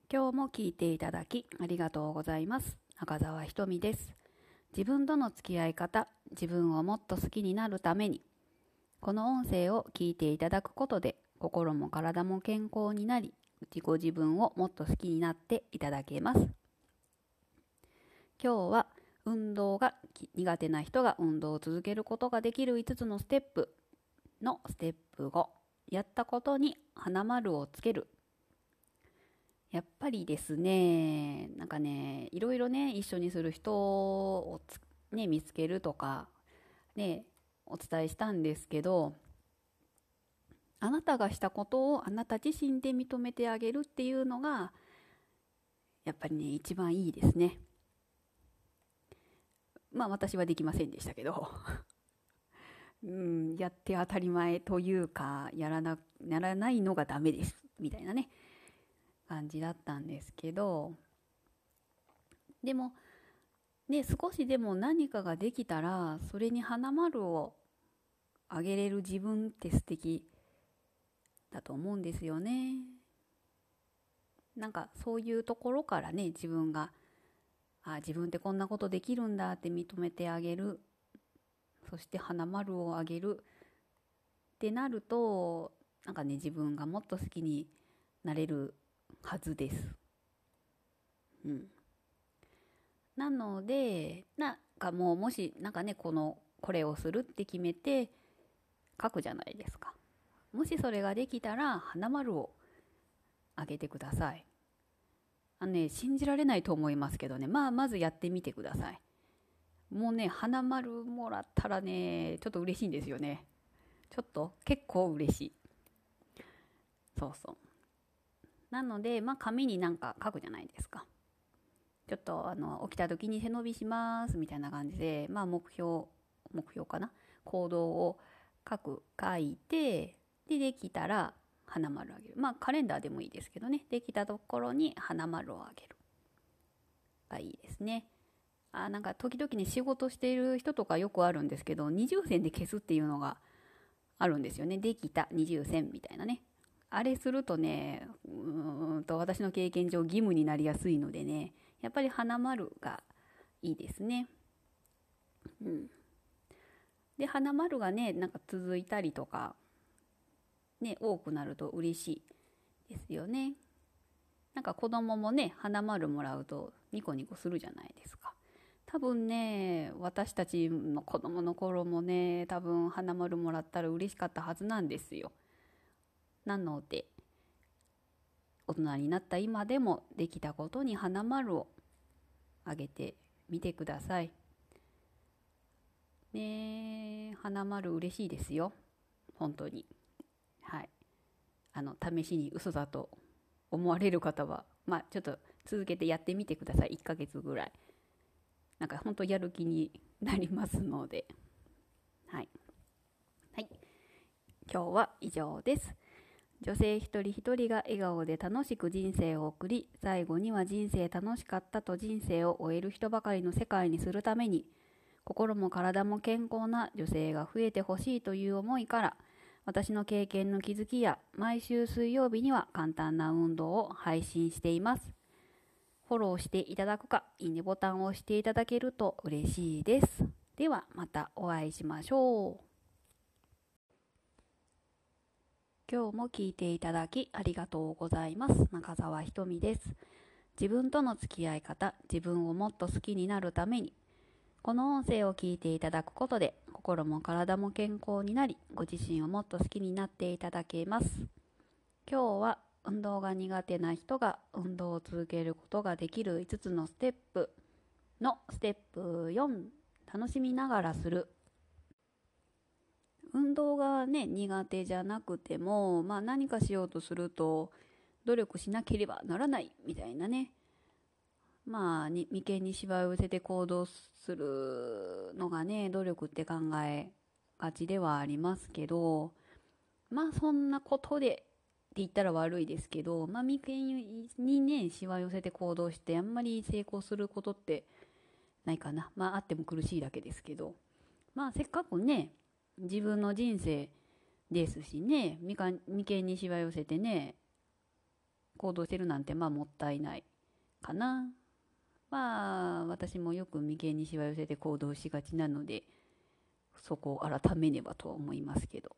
今日も聞いていただきありがとうございます。中澤ひとみです。自分との付き合い方、自分をもっと好きになるために、この音声を聞いていただくことで、心も体も健康になり、自分をもっと好きになっていただけます。今日は運動が苦手な人が運動を続けることができる5つのステップのステップ5、やったことに花丸をつける。やっぱりですね、いろいろね、一緒にする人を見つけるとか、ね、お伝えしたんですけど、あなたがしたことをあなた自身で認めてあげるっていうのが、やっぱりね、一番いいですね。まあ私はできませんでしたけど、やって当たり前というか、やらないのがダメです、みたいなね、感じだったんですけど、でも、ね、少しでも何かができたら、それに花丸をあげれる自分って素敵だと思うんですよね。なんかそういうところからね、自分が、自分ってこんなことできるんだって認めてあげる。そして花丸をあげるってなると、自分がもっと好きになれるはずです。なので、もしこれをするって決めて書くじゃないですか。もしそれができたら花丸をあげてください。信じられないと思いますけどね、まずやってみてください。もうね、花丸もらったらね、ちょっと嬉しいんですよね。結構嬉しい。そうそう。なので、紙に書くじゃないですか。ちょっと起きた時に背伸びしますみたいな感じで、目標かな、行動を書いて、できたら花丸あげる。カレンダーでもいいですけどね、できたところに花丸をあげるがいいですね。時々ね、仕事している人とかよくあるんですけど、二重線で消すっていうのがあるんですよね。できた二重線みたいなね。あれするとね、私の経験上義務になりやすいのでね、やっぱり花丸がいいですね。で、花丸がね、続いたりとか、ね、多くなると嬉しいですよね。子供もね、花丸もらうとニコニコするじゃないですか。多分ね、私たちの子供の頃もね、多分花丸もらったら嬉しかったはずなんですよ。なので、大人になった今でもできたことに花丸をあげてみてください。ね、花丸嬉しいですよ。本当に。はい。試しに嘘だと思われる方は、ちょっと続けてやってみてください。1ヶ月ぐらい。本当やる気になりますので。はい。はい。今日は以上です。女性一人一人が笑顔で楽しく人生を送り、最後には人生楽しかったと人生を終える人ばかりの世界にするために、心も体も健康な女性が増えてほしいという思いから、私の経験の気づきや毎週水曜日には簡単な運動を配信しています。フォローしていただくか、いいねボタンを押していただけると嬉しいです。ではまたお会いしましょう。今日も聞いていただきありがとうございます。中澤ひとみです。自分との付き合い方、自分をもっと好きになるために、この音声を聞いていただくことで、心も体も健康になり、ご自身をもっと好きになっていただけます。今日は運動が苦手な人が運動を続けることができる5つのステップのステップ4、楽しみながらする。運動がね、苦手じゃなくても、何かしようとすると努力しなければならないみたいなね、眉間にしわを寄せて行動するのがね、努力って考えがちではありますけど、そんなことでって言ったら悪いですけど、眉間にね、しわ寄せて行動してあんまり成功することってないかな。あっても苦しいだけですけど、せっかくね、自分の人生ですしね、眉間にしわ寄せてね、 行動してるなんてもったいないかな。私もよく眉間にしわ寄せて行動しがちなので、そこを改めねばとは思いますけど。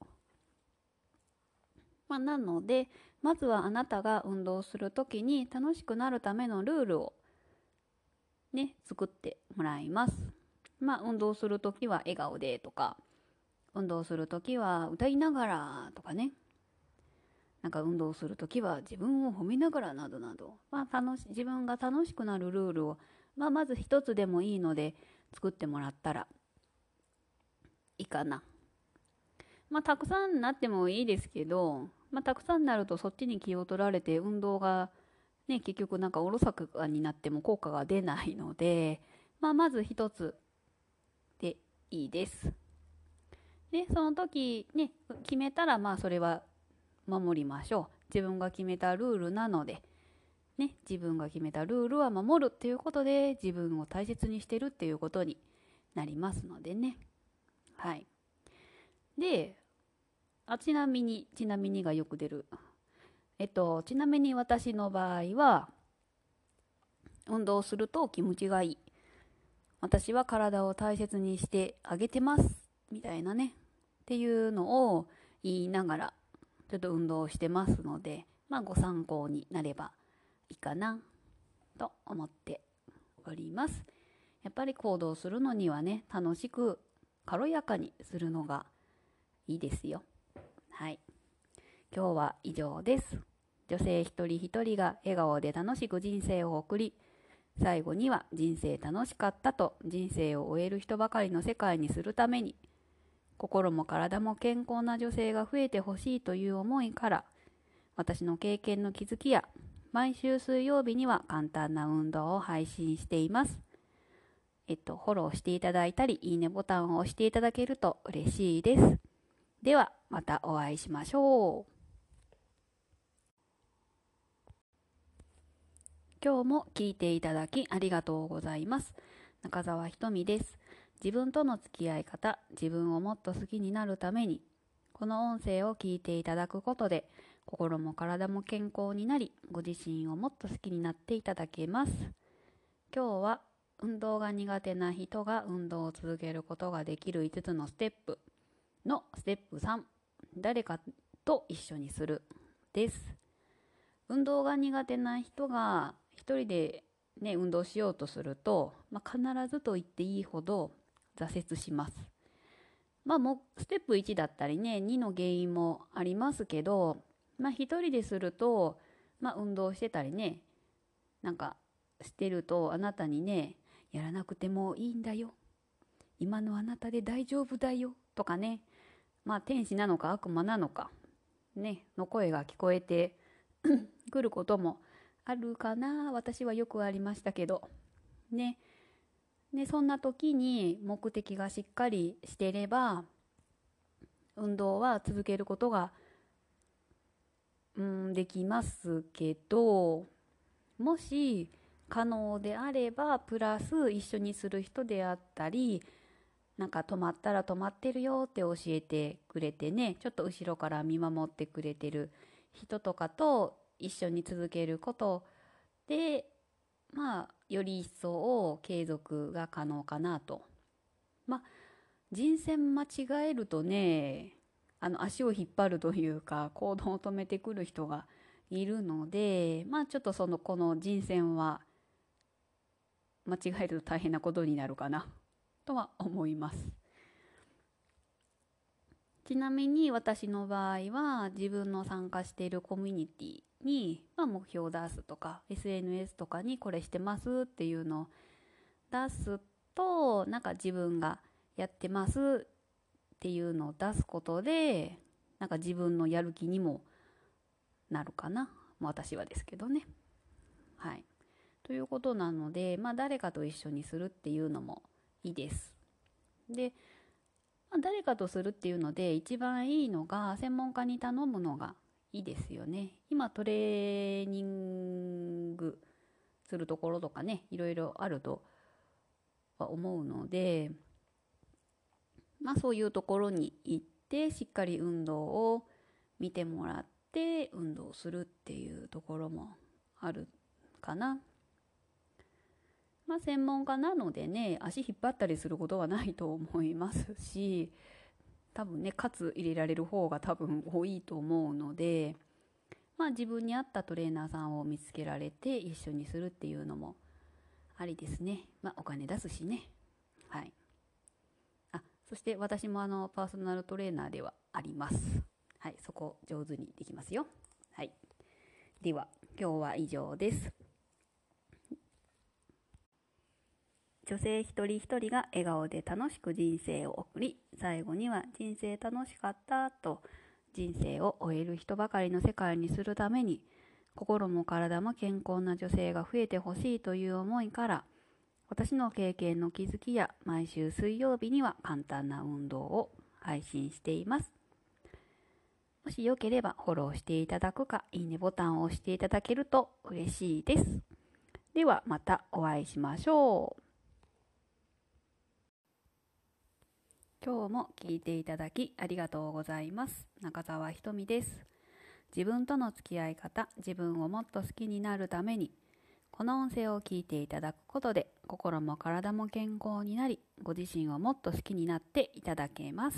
なので、まずはあなたが運動するときに楽しくなるためのルールをね、作ってもらいます。運動するときは笑顔でとか、運動するときは歌いながらとかね、運動するときは自分を褒めながらなどなど、自分が楽しくなるルールを、まず一つでもいいので作ってもらったらいいかな。たくさんなってもいいですけど、たくさんになるとそっちに気を取られて運動がね、結局おろそかになっても効果が出ないので、まず一つでいいです。で、その時ね、決めたらそれは守りましょう。自分が決めたルールなので、ね、自分が決めたルールは守るっていうことで自分を大切にしてるっていうことになりますのでね。はい。で、ちなみにがよく出る。ちなみに私の場合は、運動すると気持ちがいい。私は体を大切にしてあげてます。みたいなね。っていうのを言いながら、ちょっと運動してますので、ご参考になればいいかな、と思っております。やっぱり行動するのにはね、楽しく軽やかにするのがいいですよ。はい。今日は以上です。女性一人一人が笑顔で楽しく人生を送り、最後には人生楽しかったと人生を終える人ばかりの世界にするために、心も体も健康な女性が増えてほしいという思いから、私の経験の気づきや、毎週水曜日には簡単な運動を配信しています。フォローしていただいたり、いいねボタンを押していただけると嬉しいです。では、またお会いしましょう。今日も聞いていただきありがとうございます。中澤ひとみです。自分との付き合い方、自分をもっと好きになるために、この音声を聞いていただくことで、心も体も健康になり、ご自身をもっと好きになっていただけます。今日は、運動が苦手な人が運動を続けることができる5つのステップのステップ3、誰かと一緒にするです。運動が苦手な人が一人でね、運動しようとすると、必ずと言っていいほど挫折します。もうステップ1だったりね、2の原因もありますけど、一人ですると、運動してたりね、してるとあなたにね、やらなくてもいいんだよ。今のあなたで大丈夫だよ。とかね、天使なのか悪魔なのか、ね、の声が聞こえてくることもあるかな。私はよくありましたけど。ね。そんな時に目的がしっかりしていれば、運動は続けることが、できますけど、もし可能であれば、プラス一緒にする人であったり、止まったら止まってるよって教えてくれてね、ちょっと後ろから見守ってくれてる人とかと一緒に続けることで、より一層継続が可能かなと。人選間違えるとね、足を引っ張るというか、行動を止めてくる人がいるので、ちょっとこの人選は間違えると大変なことになるかなとは思います。ちなみに私の場合は自分の参加しているコミュニティに、目標を出すとか SNS とかにこれしてますっていうのを出すと、自分がやってますっていうのを出すことで、自分のやる気にもなるかな。私はですけどね。はい。ということなので、誰かと一緒にするっていうのもいいです。で、誰かとするっていうので一番いいのが専門家に頼むのがいいですよね。今トレーニングするところとかね、いろいろあるとは思うので、そういうところに行ってしっかり運動を見てもらっって運動するっていうところもあるかな。専門家なのでね、足引っ張ったりすることはないと思いますし、多分ね、喝入れられる方が多分多いと思うので、自分に合ったトレーナーさんを見つけられて一緒にするっていうのもありですね。お金出すしね。はい。そして私もパーソナルトレーナーではあります。はい、そこ上手にできますよ。はい。では、今日は以上です。女性一人一人が笑顔で楽しく人生を送り、最後には人生楽しかったと人生を終える人ばかりの世界にするために、心も体も健康な女性が増えてほしいという思いから、私の経験の気づきや毎週水曜日には簡単な運動を配信しています。もしよければフォローしていただくか、いいねボタンを押していただけると嬉しいです。ではまたお会いしましょう。今日も聞いていただきありがとうございます。中澤ひとみです。自分との付き合い方、自分をもっと好きになるために、この音声を聞いていただくことで心も体も健康になり、ご自身をもっと好きになっていただけます。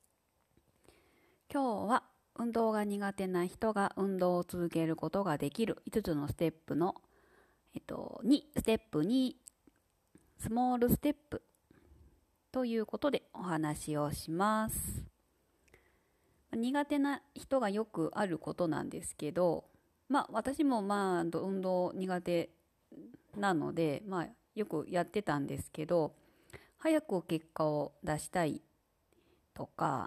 今日は運動が苦手な人が運動を続けることができる5つのステップの、ステップ2、スモールステップということでお話をします。苦手な人がよくあることなんですけど、私も運動苦手なので、よくやってたんですけど、早く結果を出したいとか、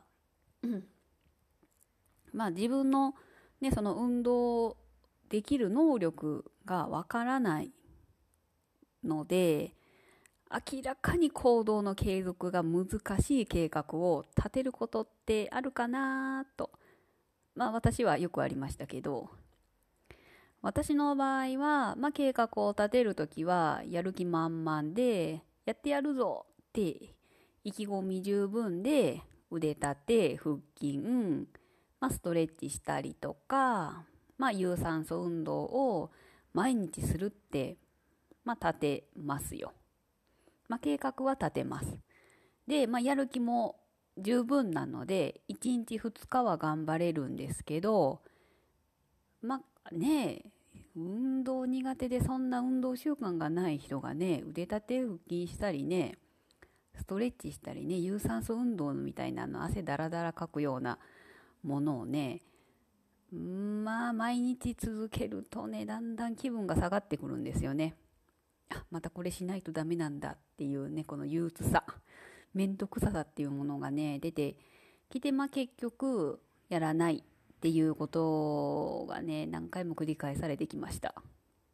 自分のね、その運動できる能力がわからないので、明らかに行動の継続が難しい計画を立てることってあるかなと、私はよくありましたけど、私の場合は、計画を立てるときはやる気満々でやってやるぞって意気込み十分で腕立て、腹筋、ストレッチしたりとか、有酸素運動を毎日するって、立てますよ。計画は立てます。で、やる気も十分なので、1日2日は頑張れるんですけど、運動苦手でそんな運動習慣がない人がね、腕立て腹筋したりね、ストレッチしたりね、有酸素運動みたいな汗だらだらかくようなものをね、毎日続けるとね、だんだん気分が下がってくるんですよね。またこれしないとダメなんだっていうね、この憂鬱さ、めんどくささっていうものがね、出てきて、結局やらないっていうことがね、何回も繰り返されてきました。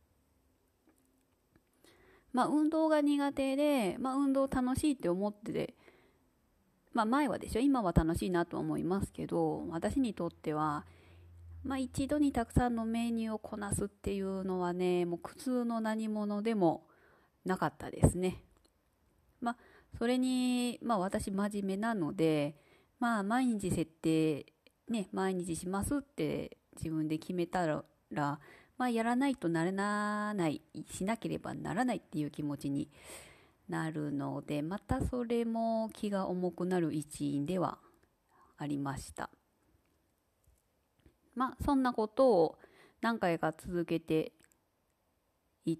運動が苦手で、運動楽しいって思ってて、前はでしょ、今は楽しいなと思いますけど、私にとっては、一度にたくさんのメニューをこなすっていうのはね、もう苦痛の何者でもなかったですね。それに、私真面目なので、毎日設定、ね、毎日しますって自分で決めたら、やらないとならない、しなければならないっていう気持ちになるので、またそれも気が重くなる一因ではありました。そんなことを何回か続けていって、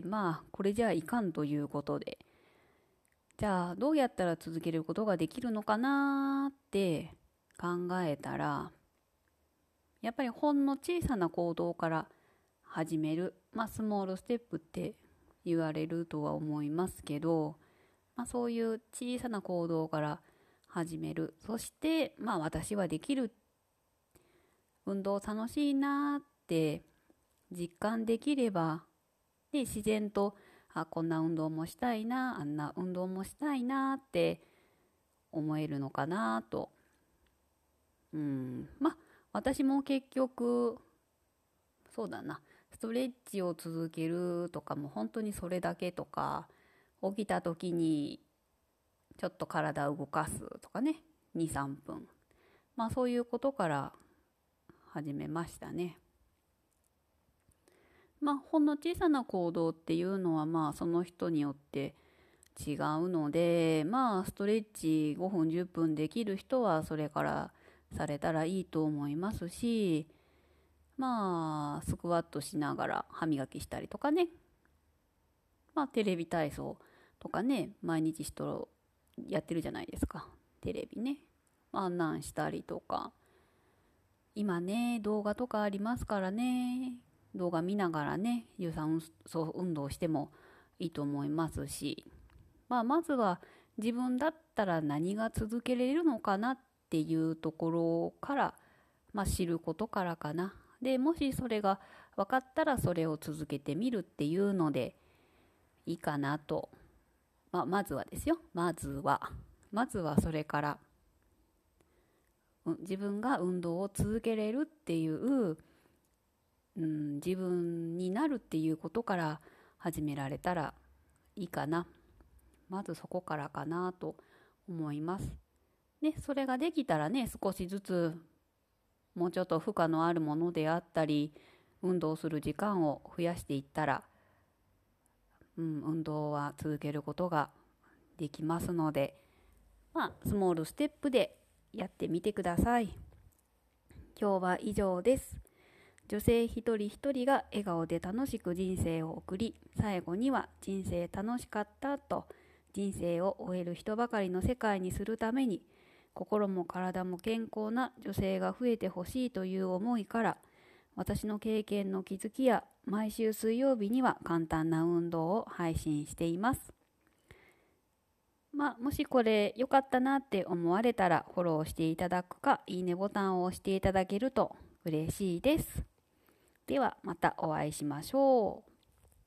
これじゃいかんということで、じゃあどうやったら続けることができるのかなって考えたら、やっぱりほんの小さな行動から始める、スモールステップって言われるとは思いますけど、そういう小さな行動から始める。そして、私はできる、運動楽しいなって実感できれば、で自然とこんな運動もしたいな、あんな運動もしたいなって思えるのかなと。私も結局そうだな、ストレッチを続けるとかも本当にそれだけとか、起きた時にちょっと体を動かすとかね、2、3分、そういうことから始めましたね。ほんの小さな行動っていうのはその人によって違うので、ストレッチ5分10分できる人はそれからされたらいいと思いますし、スクワットしながら歯磨きしたりとかね、テレビ体操とかね、毎日人やってるじゃないですか。テレビね。あんなんしたりとか。今ね、動画とかありますからね。動画見ながらね、有酸素運動してもいいと思いますし、まずは自分だったら何が続けれるのかなっていうところから、知ることからかな。で、もしそれが分かったらそれを続けてみるっていうのでいいかなと。まずはですよ。まずはそれから、自分が運動を続けれるっていう、自分になるっていうことから始められたらいいかな。まずそこからかなと思います。ね、それができたらね、少しずつもうちょっと負荷のあるものであったり、運動する時間を増やしていったら、運動は続けることができますので、スモールステップでやってみてください。今日は以上です。女性一人一人が笑顔で楽しく人生を送り、最後には人生楽しかったと人生を終える人ばかりの世界にするために、心も体も健康な女性が増えてほしいという思いから、私の経験の気づきや毎週水曜日には簡単な運動を配信しています。もしこれ良かったなって思われたらフォローしていただくか、いいねボタンを押していただけると嬉しいです。ではまたお会いしましょう。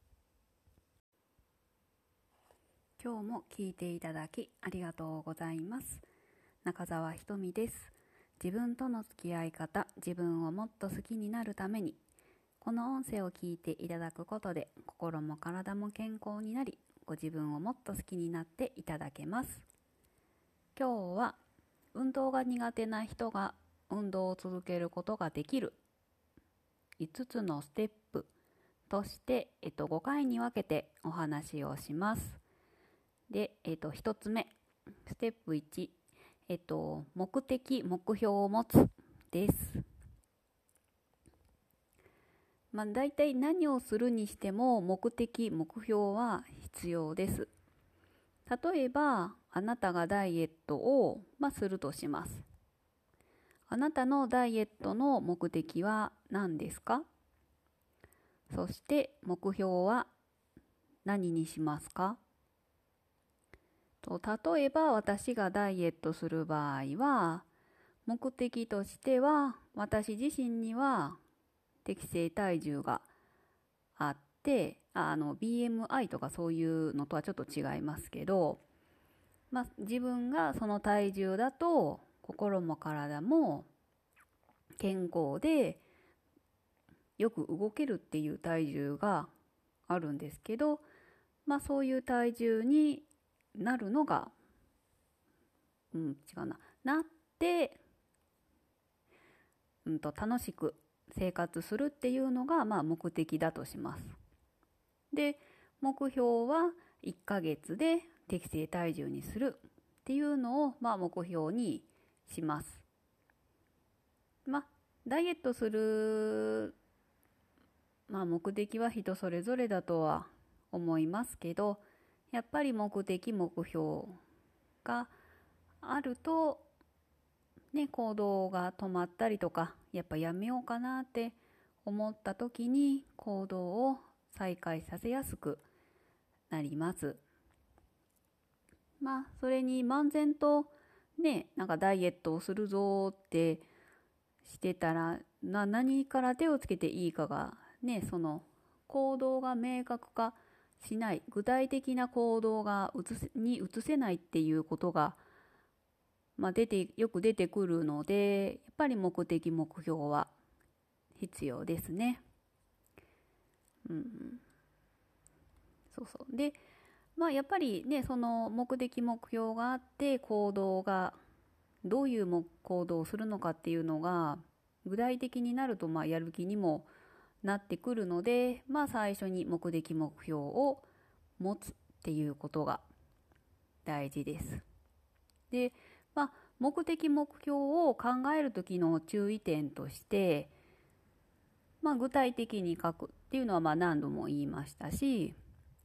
今日も聞いていただきありがとうございます。中澤ひとみです。自分との付き合い方、自分をもっと好きになるために、この音声を聞いていただくことで心も体も健康になり、ご自分をもっと好きになっていただけます。今日は運動が苦手な人が運動を続けることができる5つのステップとして、5回に分けてお話をします。で、1つ目、ステップ1、目的、目標を持つです。だいたい何をするにしても目的、目標は必要です。例えば、あなたがダイエットを、するとします。あなたのダイエットの目的は何ですか？そして目標は何にしますか？例えば私がダイエットする場合は、目的としては私自身には適正体重があって、BMI とかそういうのとはちょっと違いますけど、自分がその体重だと心も体も健康でよく動けるっていう体重があるんですけど、そういう体重になるのが、なって、楽しく生活するっていうのが、目的だとします。で、目標は1ヶ月で適正体重にするっていうのを、目標にします。ダイエットする、目的は人それぞれだとは思いますけど、やっぱり目的、目標があると、行動が止まったりとか、やっぱやめようかなって思った時に行動を再開させやすくなります。それに漫然とダイエットをするぞってしてたら、何から手をつけていいかがその行動が明確化しない、具体的な行動が移せないっていうことが、よく出てくるので、やっぱり目的、目標は必要ですね。で、やっぱりその目的、目標があって、どういう行動をするのかっていうのが具体的になるとやる気にもなってくるので、最初に目的目標を持つっていうことが大事です。で、目的目標を考える時の注意点として、具体的に書くっていうのは何度も言いましたし、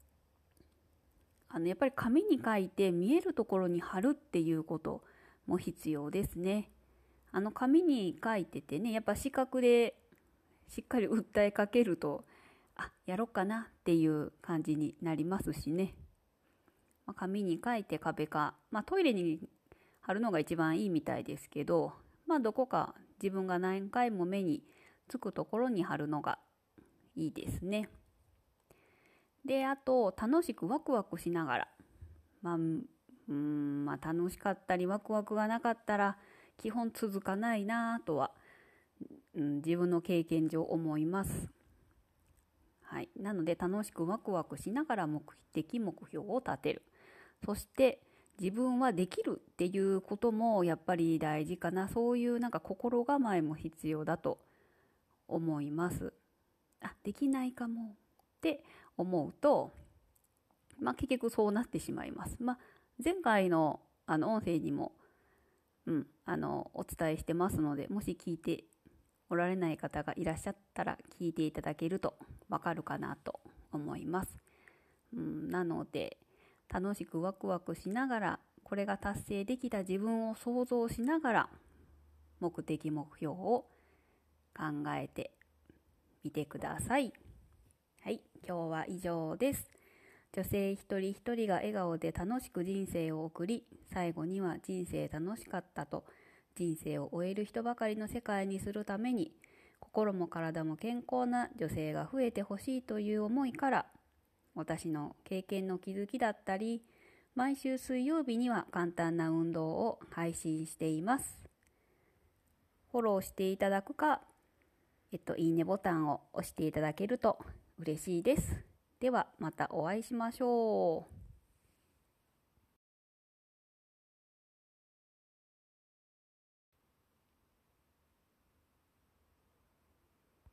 やっぱり紙に書いて見えるところに貼るっていうことも必要ですね。紙に書いててね、やっぱ視覚でしっかり訴えかけると、やろっかなっていう感じになりますしね。紙に書いて壁か、トイレに貼るのが一番いいみたいですけど、どこか自分が何回も目につくところに貼るのがいいですね。で、あと、楽しくワクワクしながら、楽しかったりワクワクがなかったら基本続かないなとは、自分の経験上思います。はい。なので楽しくワクワクしながら目的目標を立てる。そして自分はできるっていうこともやっぱり大事かな。そういう心構えも必要だと思います。できないかもって思うと、結局そうなってしまいます。前回の音声にも、お伝えしてますので、もし聞いておられない方がいらっしゃったら聞いていただけるとわかるかなと思います。なので、楽しくワクワクしながら、これが達成できた自分を想像しながら、目的目標を考えてみてください。はい、今日は以上です。女性一人一人が笑顔で楽しく人生を送り、最後には人生楽しかったと人生を終える人ばかりの世界にするために、心も体も健康な女性が増えてほしいという思いから、私の経験の気づきだったり、毎週水曜日には簡単な運動を配信しています。フォローしていただくか、いいねボタンを押していただけると嬉しいです。ではまたお会いしましょう。